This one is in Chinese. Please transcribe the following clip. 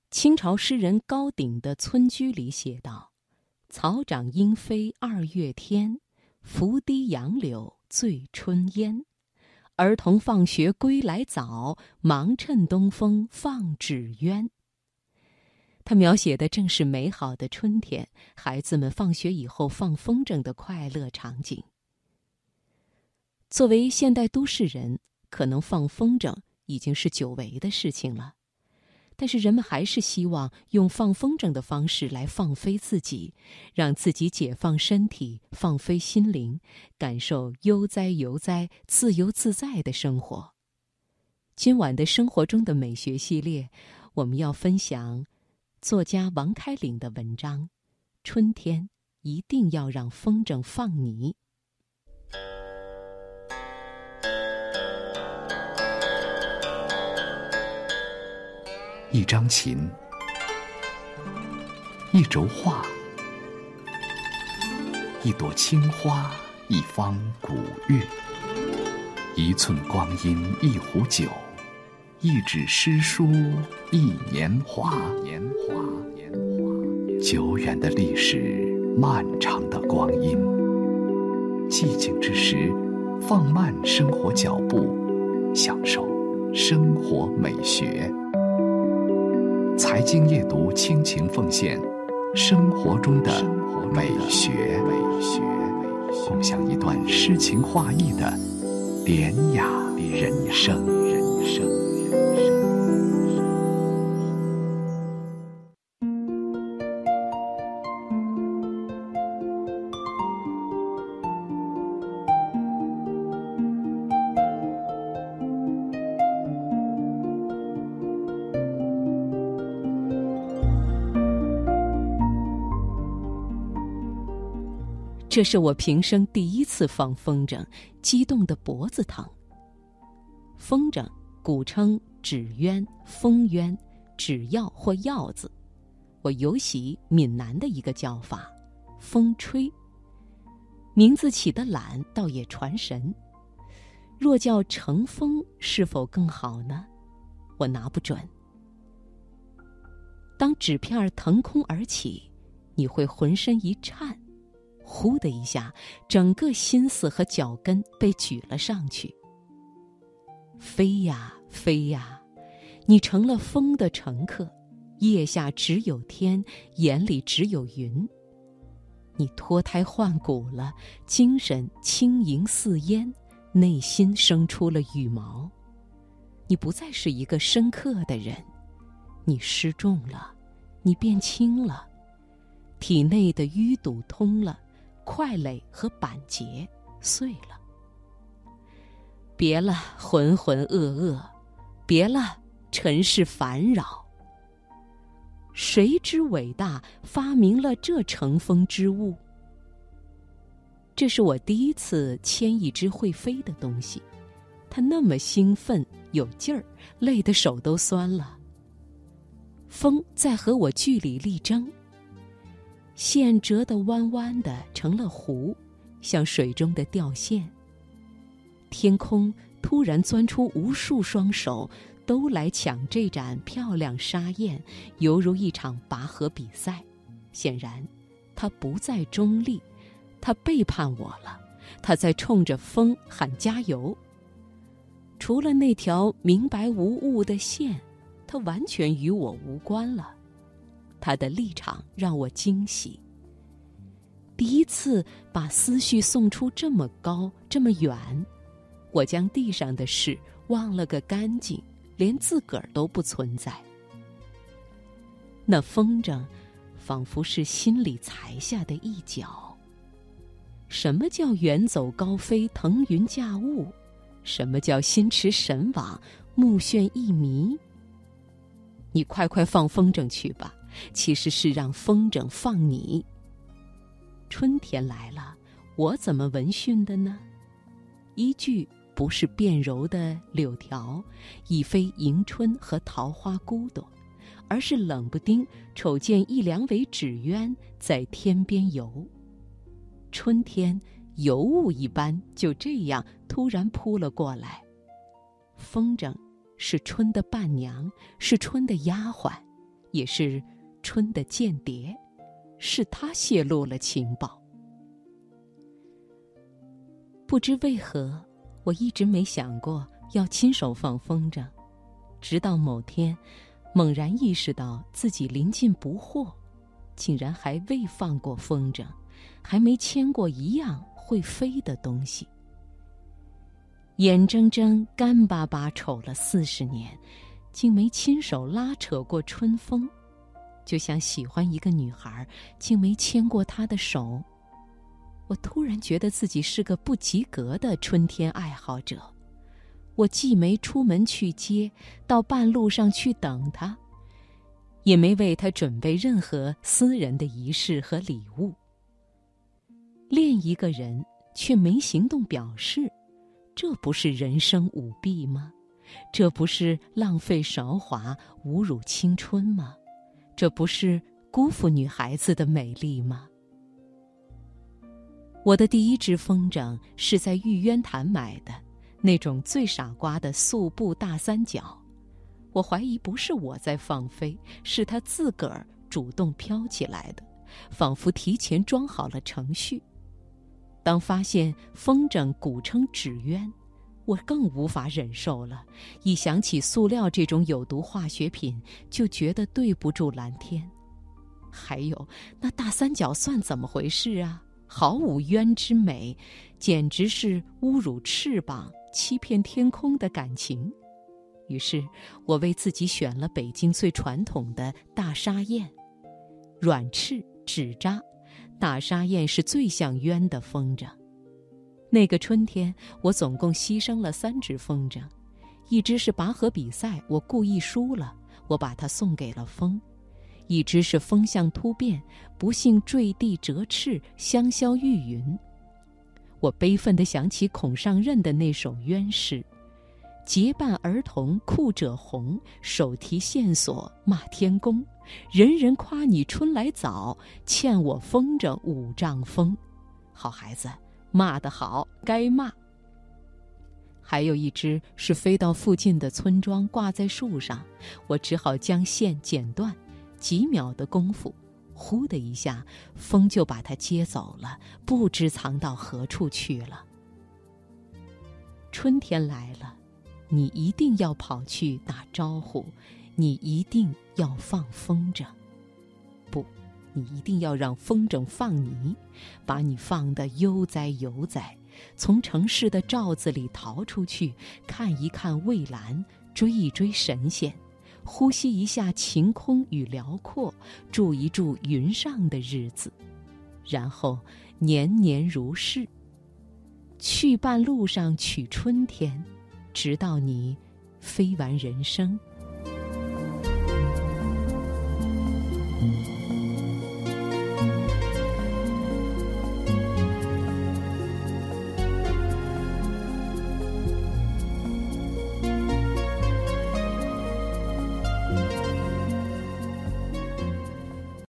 清朝诗人高鼎的《村居》里写道：草长莺飞二月天，拂堤杨柳醉春烟。儿童放学归来早，忙趁东风放纸鸢。他描写的正是美好的春天，孩子们放学以后放风筝的快乐场景。作为现代都市人，可能放风筝已经是久违的事情了，但是人们还是希望用放风筝的方式来放飞自己，让自己解放身体，放飞心灵，感受悠哉游哉、自由自在的生活。今晚的生活中的美学系列，我们要分享作家王开岭的文章《春天一定要让风筝放你》。 一张琴，一轴画，一朵青花，一方古月，一寸光阴，一壶酒，一纸诗书，一年华。久远的历史，漫长的光阴。寂静之时，放慢生活脚步，享受生活美学。财经夜读倾情奉献生活中的美学，共享一段诗情画意的典雅人生。 这是我平生第一次放风筝，激动得脖子疼。风筝古称纸鸢、风鸢、纸鹞或鹞子，我尤喜闽南的一个叫法风吹。名字起得懒，倒也传神。若叫乘风，是否更好呢？我拿不准。当纸片腾空而起，你会浑身一颤，呼的一下，整个心思和脚跟被举了上去。飞呀飞呀，你成了风的乘客，腋下只有天，眼里只有云。你脱胎换骨了，精神轻盈似烟，内心生出了羽毛。你不再是一个深刻的人，你失重了，你变轻了，体内的淤堵通了，块垒和板结碎了。别了浑浑噩噩，别了尘世烦扰。谁之伟大，发明了这乘风之物？这是我第一次牵一只会飞的东西，它那么兴奋有劲儿，累得手都酸了。风在和我据理力争，线折得弯弯的成了弧，像水中的吊线。天空突然钻出无数双手，都来抢这盏漂亮沙焰，犹如一场拔河比赛。显然他不再中立，他背叛我了，他在冲着风喊加油。除了那条明白无误的线，他完全与我无关了。他的立场让我惊喜。第一次把思绪送出这么高这么远，我将地上的事忘了个干净，连自个儿都不存在。那风筝仿佛是心里裁下的一角。什么叫远走高飞，腾云驾雾？什么叫心驰神往，目眩一迷？你快快放风筝去吧，其实是让风筝放你。春天来了，我怎么闻讯的呢？依据不是变柔的柳条，亦非迎春和桃花骨朵，而是冷不丁瞅见一两尾纸鸢在天边游。春天尤物一般就这样突然扑了过来。风筝是春的伴娘，是春的丫鬟， 也是春的间谍，是他泄露了情报。不知为何，我一直没想过要亲手放风筝，直到某天猛然意识到自己临近不惑，竟然还未放过风筝，还没牵过一样会飞的东西。眼睁睁干巴巴瞅了40年，竟没亲手拉扯过春风，就像喜欢一个女孩，竟没牵过她的手。我突然觉得自己是个不及格的春天爱好者。我既没出门去接，到半路上去等她，也没为她准备任何私人的仪式和礼物。恋一个人却没行动表示，这不是人生舞弊吗？这不是浪费韶华、侮辱青春吗？这不是辜负女孩子的美丽吗？我的第一只风筝是在玉渊潭买的，那种最傻瓜的素布大三角。我怀疑不是我在放飞，是它自个儿主动飘起来的，仿佛提前装好了程序。当发现风筝鼓称纸鸢，我更无法忍受了。一想起塑料这种有毒化学品，就觉得对不住蓝天。还有那大三角算怎么回事啊？毫无鸢之美，简直是侮辱翅膀、欺骗天空的感情。于是我为自己选了北京最传统的大沙燕，软翅纸扎，大沙燕是最像鸢的风筝。那个春天，我总共牺牲了3只风筝，一只是拔河比赛，我故意输了，我把它送给了风；一只是风向突变，不幸坠地折翅，香消玉殒。我悲愤地想起孔尚任的那首鸢诗：结伴儿童裤褶红，手提线索骂天公。人人夸你春来早，欠我风筝5丈风。好孩子，骂得好，该骂。还有一只是飞到附近的村庄，挂在树上，我只好将线剪断，几秒的功夫，呼的一下，风就把它接走了，不知藏到何处去了。春天来了，你一定要跑去打招呼，你一定要放风筝。不，你一定要让风筝放你，把你放得悠哉悠哉，从城市的罩子里逃出去，看一看蔚蓝，追一追神仙，呼吸一下晴空与辽阔，住一住云上的日子，然后年年如是，去半路上取春天，直到你飞完人生